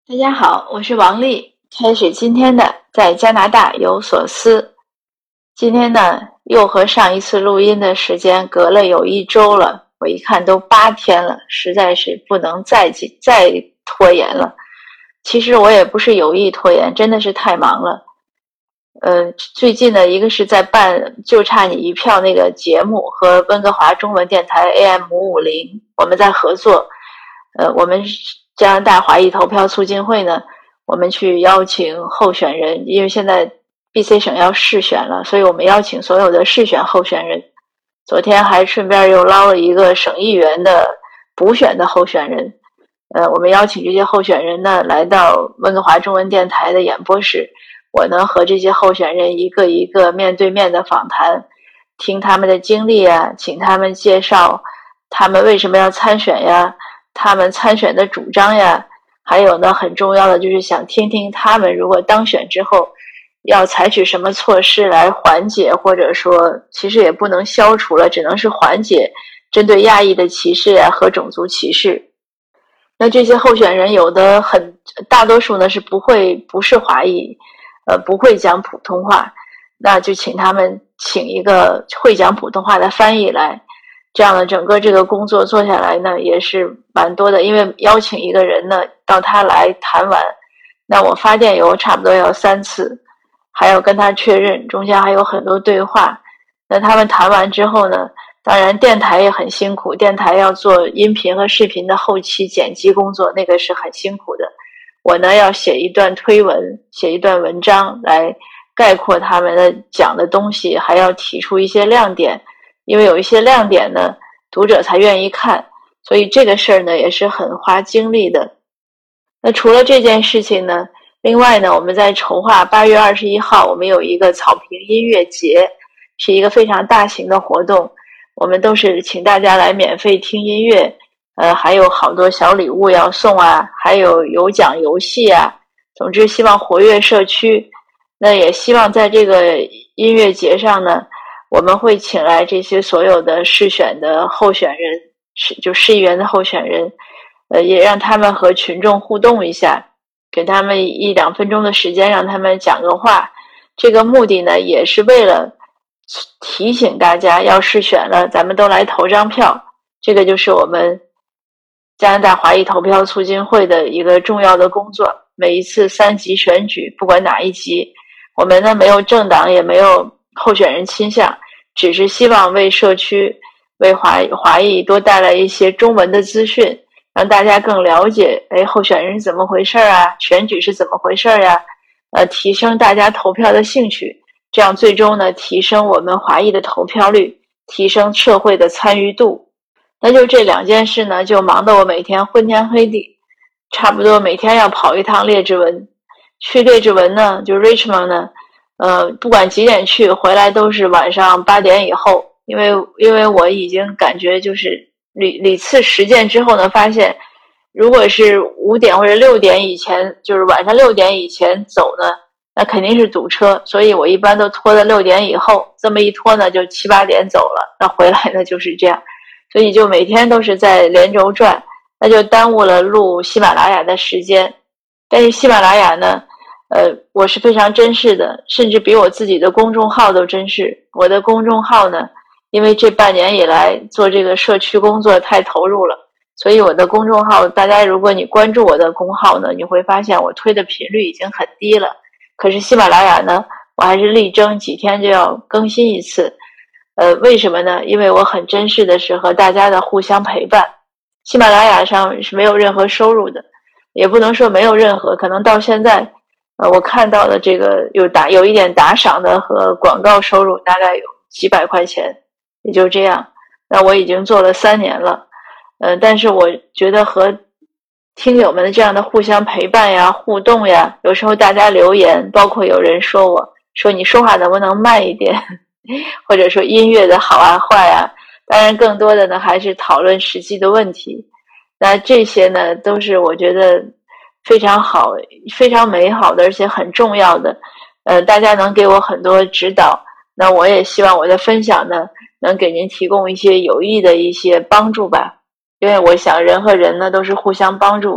大家好，我是王丽，开始今天的在加拿大有所思。今天呢，又和上一次录音的时间隔了有1周了，我一看都8天了，实在是不能再拖延了。其实我也不是有意拖延，真的是太忙了。最近呢，一个是在办就差你一票那个节目，和温哥华中文电台 AM550我们在合作。我们加拿大华裔投票促进会呢，我们去邀请候选人，因为现在 BC 省要市选了，所以我们邀请所有的市选候选人。昨天还顺便又捞了一个省议员的补选的候选人。我们邀请这些候选人呢来到温哥华中文电台的演播室，我呢和这些候选人一个一个面对面的访谈，听他们的经历啊，请他们介绍他们为什么要参选呀，他们参选的主张呀，还有呢很重要的就是想听听他们如果当选之后要采取什么措施来缓解，或者说其实也不能消除了，只能是缓解针对亚裔的歧视呀和种族歧视。那这些候选人有的大多数呢不是华裔，不会讲普通话，那就请他们请一个会讲普通话的翻译来。这样的整个这个工作做下来呢也是蛮多的，因为邀请一个人呢到他来谈完，那我发电邮差不多要3次，还要跟他确认，中间还有很多对话。那他们谈完之后呢，当然电台也很辛苦，电台要做音频和视频的后期剪辑工作，那个是很辛苦的。我呢要写一段推文，写一段文章来概括他们的讲的东西，还要提出一些亮点，因为有一些亮点呢读者才愿意看，所以这个事儿呢也是很花精力的。那除了这件事情呢，另外呢我们在筹划8月21号我们有一个草坪音乐节，是一个非常大型的活动，我们都是请大家来免费听音乐，还有好多小礼物要送啊，还有奖游戏啊，总之希望活跃社区。那也希望在这个音乐节上呢，我们会请来这些所有的市选的候选人，就市议员的候选人，也让他们和群众互动一下，给他们1-2分钟的时间让他们讲个话。这个目的呢也是为了提醒大家要市选了，咱们都来投张票。这个就是我们加拿大华裔投票促进会的一个重要的工作。每一次3级选举，不管哪一级，我们呢没有政党，也没有候选人倾向，只是希望为社区为华裔多带来一些中文的资讯，让大家更了解候选人是怎么回事啊，选举是怎么回事呀，提升大家投票的兴趣，这样最终呢提升我们华裔的投票率，提升社会的参与度。那就这2件事呢就忙得我每天昏天黑地，差不多每天要跑一趟列治文。去列治文呢就 Richmond 呢不管几点去，回来都是晚上8点以后，因为我已经感觉就是屡次实践之后呢，发现如果是5点或者6点以前，就是晚上6点以前走呢，那肯定是堵车，所以我一般都拖到6点以后，这么一拖呢就7、8点走了，那回来呢就是这样，所以就每天都是在连轴转，那就耽误了录喜马拉雅的时间。但是喜马拉雅呢我是非常珍视的，甚至比我自己的公众号都珍视。我的公众号呢，因为这半年以来做这个社区工作太投入了，所以我的公众号，大家如果你关注我的公号呢，你会发现我推的频率已经很低了。可是喜马拉雅呢，我还是力争几天就要更新一次。为什么呢？因为我很珍视的是和大家的互相陪伴。喜马拉雅上是没有任何收入的，也不能说没有任何，可能到现在我看到的这个有一点打赏的和广告收入，大概有几百块钱，也就这样。那我已经做了3年了，但是我觉得和听友们的这样的互相陪伴呀、互动呀，有时候大家留言，包括有人说我说你说话能不能慢一点，或者说音乐的好啊坏啊，当然更多的呢还是讨论实际的问题。那这些呢都是我觉得非常好、非常美好的，而且很重要的。大家能给我很多指导，那我也希望我的分享呢，能给您提供一些有益的一些帮助吧。因为我想人和人呢都是互相帮助，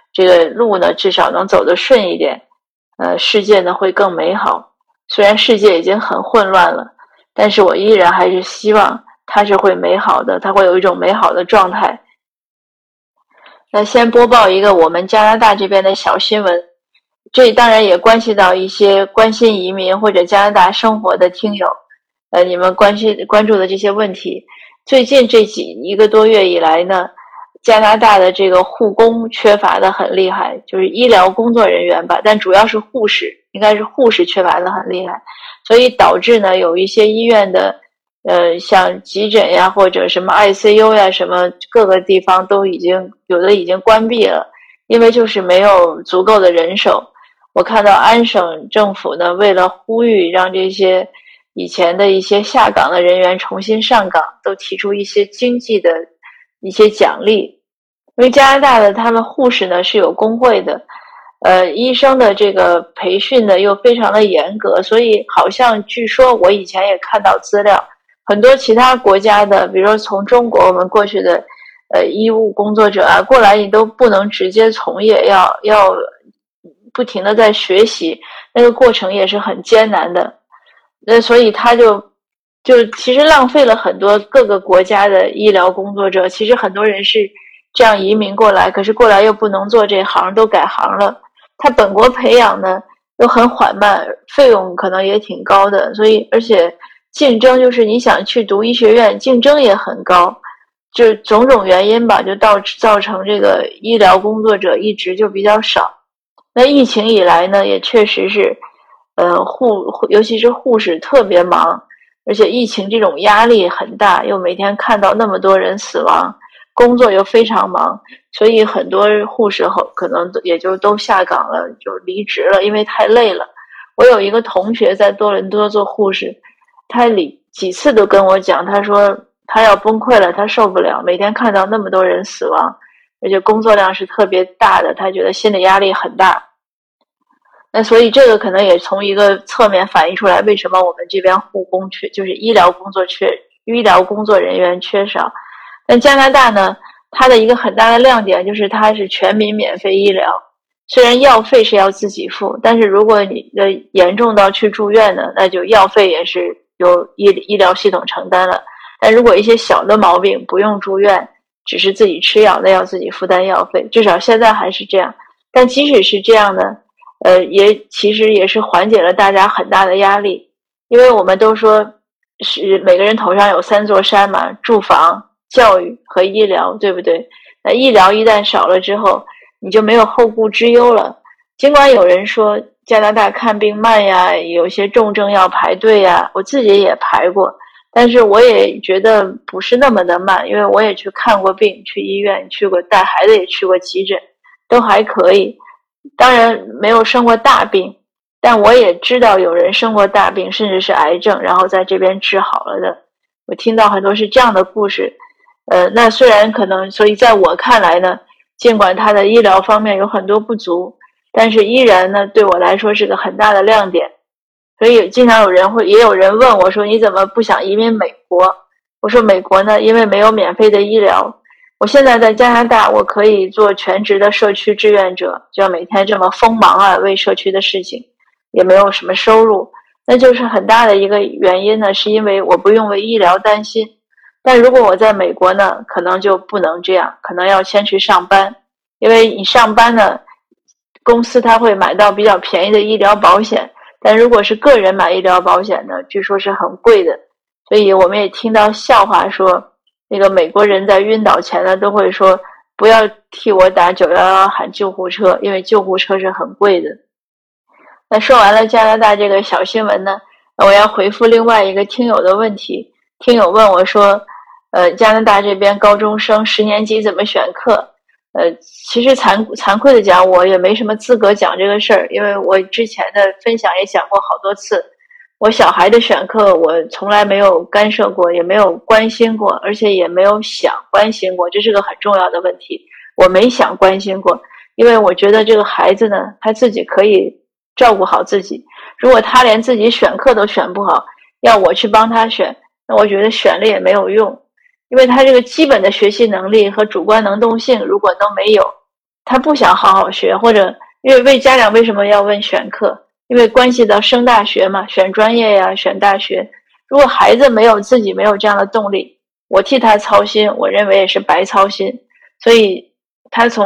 这个路呢至少能走得顺一点，世界呢会更美好。虽然世界已经很混乱了，但是我依然还是希望它是会美好的，它会有一种美好的状态。那先播报一个我们加拿大这边的小新闻，这当然也关系到一些关心移民或者加拿大生活的听友，你们关注的这些问题。最近一个多月以来呢，加拿大的这个护工缺乏的很厉害，就是医疗工作人员吧，但主要是护士，应该是护士缺乏的很厉害，所以导致呢有一些医院的像急诊呀或者什么 ICU 呀什么各个地方都有的已经关闭了，因为就是没有足够的人手。我看到安省政府呢为了呼吁让这些以前的一些下岗的人员重新上岗，都提出一些经济的一些奖励。因为加拿大的他们护士呢是有工会的，医生的这个培训呢又非常的严格，所以好像据说我以前也看到资料，很多其他国家的，比如说从中国我们过去的医务工作者啊过来，你都不能直接从业，要不停的在学习，那个过程也是很艰难的。那所以他就其实浪费了很多各个国家的医疗工作者。其实很多人是这样移民过来，可是过来又不能做这行，都改行了。他本国培养呢又很缓慢，费用可能也挺高的，所以而且竞争就是你想去读医学院，竞争也很高，就种种原因吧，就造成这个医疗工作者一直就比较少。那疫情以来呢，也确实是尤其是护士特别忙，而且疫情这种压力很大，又每天看到那么多人死亡，工作又非常忙，所以很多护士可能也就都下岗了，就离职了，因为太累了。我有一个同学在多伦多做护士，他几次都跟我讲，他说他要崩溃了，他受不了，每天看到那么多人死亡，而且工作量是特别大的，他觉得心理压力很大。那所以这个可能也从一个侧面反映出来，为什么我们这边护工就是医疗工作人员缺少。但加拿大呢，它的一个很大的亮点就是它是全民免费医疗，虽然药费是要自己付，但是如果你的严重到去住院呢，那就药费也是由医疗系统承担了。但如果一些小的毛病不用住院，只是自己吃药，那要自己负担药费，至少现在还是这样。但即使是这样呢，其实也是缓解了大家很大的压力，因为我们都说是每个人头上有3座山嘛，住房、教育和医疗，对不对？那医疗一旦少了之后，你就没有后顾之忧了。尽管有人说加拿大看病慢呀，有些重症要排队呀，我自己也排过，但是我也觉得不是那么的慢，因为我也去看过病，去医院去过，带孩子也去过急诊，都还可以。当然没有生过大病，但我也知道有人生过大病，甚至是癌症，然后在这边治好了的。我听到很多是这样的故事。那虽然可能，所以在我看来呢，尽管它的医疗方面有很多不足，但是依然呢，对我来说是个很大的亮点。所以经常也有人问我说，你怎么不想移民美国？我说美国呢，因为没有免费的医疗。我现在在加拿大，我可以做全职的社区志愿者，就要每天这么锋芒啊，为社区的事情，也没有什么收入。那就是很大的一个原因呢，是因为我不用为医疗担心。但如果我在美国呢，可能就不能这样，可能要先去上班，因为你上班呢，公司它会买到比较便宜的医疗保险，但如果是个人买医疗保险呢，据说是很贵的。所以我们也听到笑话说，那个美国人在晕倒前呢，都会说不要替我打911喊救护车，因为救护车是很贵的。那说完了加拿大这个小新闻呢，我要回复另外一个听友的问题。听友问我说，加拿大这边高中生10年级怎么选课？其实惭愧的讲，我也没什么资格讲这个事儿，因为我之前的分享也讲过好多次。我小孩的选课我从来没有干涉过，也没有关心过，而且也没有想关心过，这是个很重要的问题。我没想关心过，因为我觉得这个孩子呢，他自己可以照顾好自己。如果他连自己选课都选不好，要我去帮他选，那我觉得选了也没有用，因为他这个基本的学习能力和主观能动性如果都没有， 他不想好好学，或者因为家长为什么要问选课？因为关系到升大学嘛，选专业呀，选大学。如果孩子自己没有这样的动力，我替他操心，我认为也是白操心。所以他从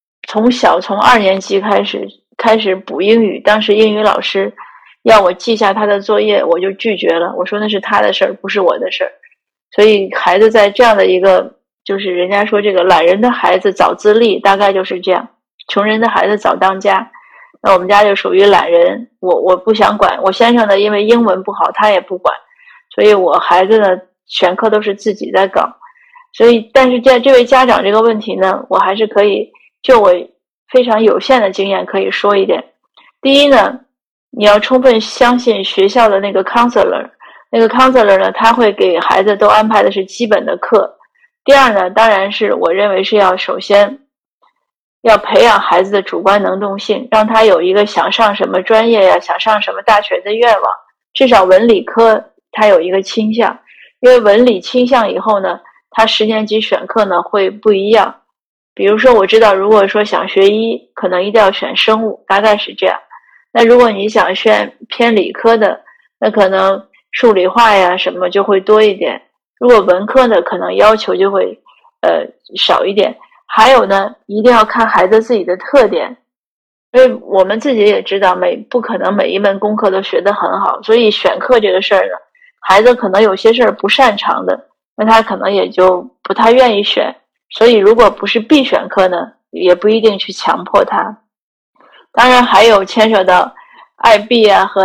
2年级开始补英语，当时英语老师要我记下他的作业，我就拒绝了，我说那是他的事儿，不是我的事儿。所以孩子在这样的一个，就是人家说这个懒人的孩子早自立，大概就是这样，穷人的孩子早当家。那我们家就属于懒人，我不想管。我先生呢，因为英文不好，他也不管，所以我孩子呢选课都是自己在搞。所以，但是在这位家长这个问题呢，我还是可以就我非常有限的经验可以说一点。第一呢，你要充分相信学校的那个 counselor， 那个 counselor 呢，他会给孩子都安排的是基本的课。第二呢，当然是我认为是首先要培养孩子的主观能动性，让他有一个想上什么专业呀，想上什么大学的愿望，至少文理科他有一个倾向。因为文理倾向以后呢，他10年级选课呢会不一样。比如说我知道，如果说想学医，可能一定要选生物，大概是这样。那如果你想选偏理科的，那可能数理化呀什么就会多一点。如果文科呢，可能要求就会少一点。还有呢，一定要看孩子自己的特点，因为我们自己也知道不可能每一门功课都学得很好，所以选课这个事儿呢，孩子可能有些事儿不擅长的，那他可能也就不太愿意选。所以如果不是必选课呢，也不一定去强迫他。当然还有牵扯到 IB 啊和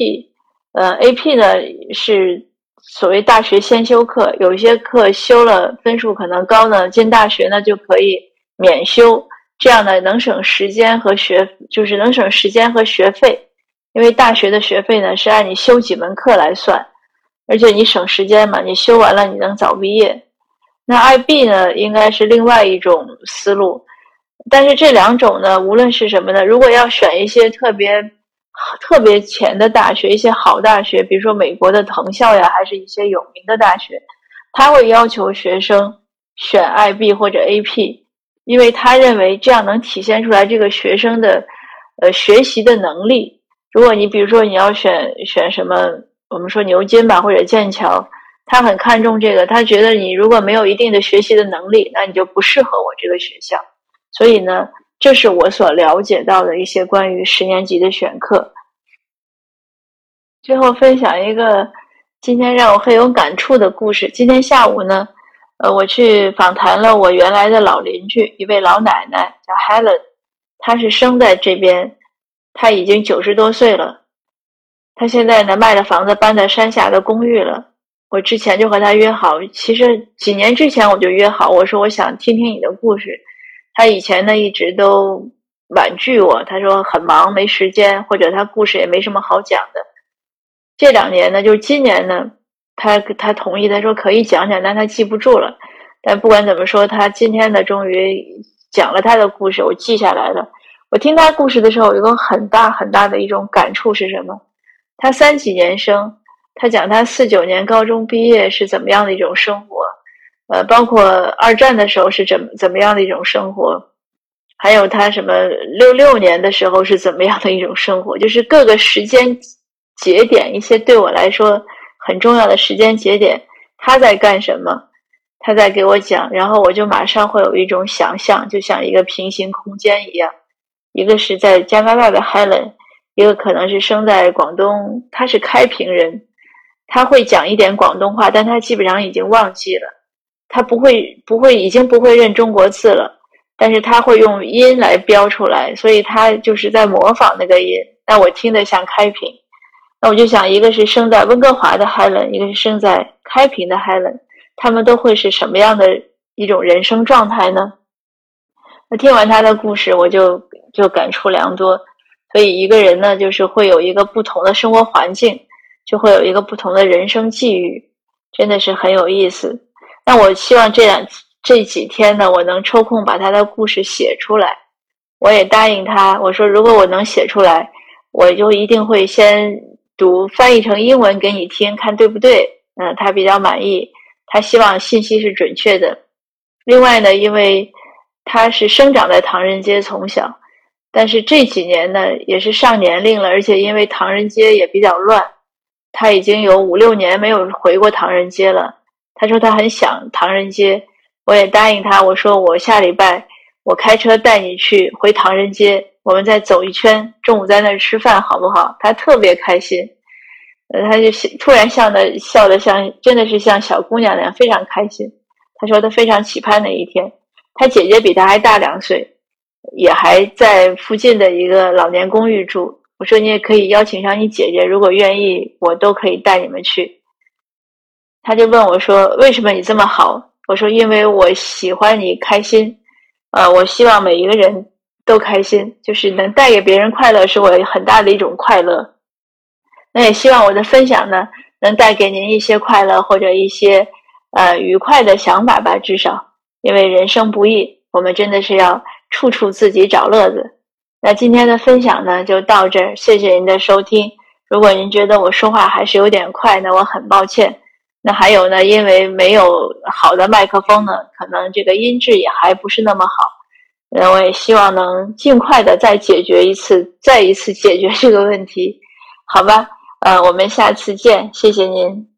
AP，AP 呢是所谓大学先修课，有一些课修了分数可能高呢，进大学呢就可以免修，这样呢能省时间和学费，因为大学的学费呢是按你修几门课来算，而且你省时间嘛，你修完了你能早毕业。那 IB 呢应该是另外一种思路。但是这两种呢，无论是什么呢，如果要选一些特别前的大学，一些好大学，比如说美国的藤校呀，还是一些有名的大学，他会要求学生选 IB 或者 AP， 因为他认为这样能体现出来这个学生的学习的能力。如果你比如说你要选什么，我们说牛津吧或者剑桥，他很看重这个，他觉得你如果没有一定的学习的能力，那你就不适合我这个学校。所以呢，这是我所了解到的一些关于10年级的选课。最后分享一个今天让我很有感触的故事。今天下午呢，我去访谈了我原来的老邻居，一位老奶奶叫 Helen， 她是生在这边，她已经90多岁了。她现在呢卖了房子，搬在山下的公寓了。我之前就和她约好，其实几年之前我就约好，我说我想听听你的故事。他以前呢一直都婉拒我，他说很忙没时间，或者他故事也没什么好讲的。这2年呢，就是今年呢，他同意，他说可以讲讲，但他记不住了。但不管怎么说，他今天呢终于讲了他的故事，我记下来了。我听他故事的时候，有一个很大很大的一种感触是什么？他30几年生，他讲他49年高中毕业是怎么样的一种生活。包括2战的时候是怎么样的一种生活，还有他什么66年的时候是怎么样的一种生活，就是各个时间节点，一些对我来说很重要的时间节点，他在干什么，他在给我讲，然后我就马上会有一种想象，就像一个平行空间一样。一个是在加拿大的 Helen， 一个可能是生在广东，他是开平人，他会讲一点广东话，但他基本上已经忘记了。他已经不会认中国字了，但是他会用音来标出来，所以他就是在模仿那个音。那我听得像开平，那我就想，一个是生在温哥华的 Helen， 一个是生在开平的 Helen， 他们都会是什么样的一种人生状态呢？那听完他的故事，我就感触良多。所以一个人呢，就是会有一个不同的生活环境，就会有一个不同的人生际遇，真的是很有意思。那我希望这几天呢，我能抽空把他的故事写出来。我也答应他，我说如果我能写出来，我就一定会先翻译成英文给你听，看对不对。他比较满意，他希望信息是准确的。另外呢，因为他是生长在唐人街从小，但是这几年呢也是上年龄了，而且因为唐人街也比较乱，他已经有5、6年没有回过唐人街了。他说他很想唐人街，我也答应他，我说我下礼拜我开车带你去回唐人街，我们再走一圈，中午在那儿吃饭好不好？他特别开心，他就突然笑得像真的是像小姑娘那样，非常开心。他说他非常期盼那一天。他姐姐比他还大2岁，也还在附近的一个老年公寓住。我说你也可以邀请上你姐姐，如果愿意，我都可以带你们去。他就问我说为什么你这么好？我说因为我喜欢你开心，我希望每一个人都开心，就是能带给别人快乐是我很大的一种快乐。那也希望我的分享呢能带给您一些快乐或者一些愉快的想法吧，至少因为人生不易，我们真的是要处处自己找乐子。那今天的分享呢就到这儿，谢谢您的收听。如果您觉得我说话还是有点快，那我很抱歉。那还有呢，因为没有好的麦克风呢，可能这个音质也还不是那么好。我也希望能尽快的再一次解决这个问题，好吧？我们下次见，谢谢您。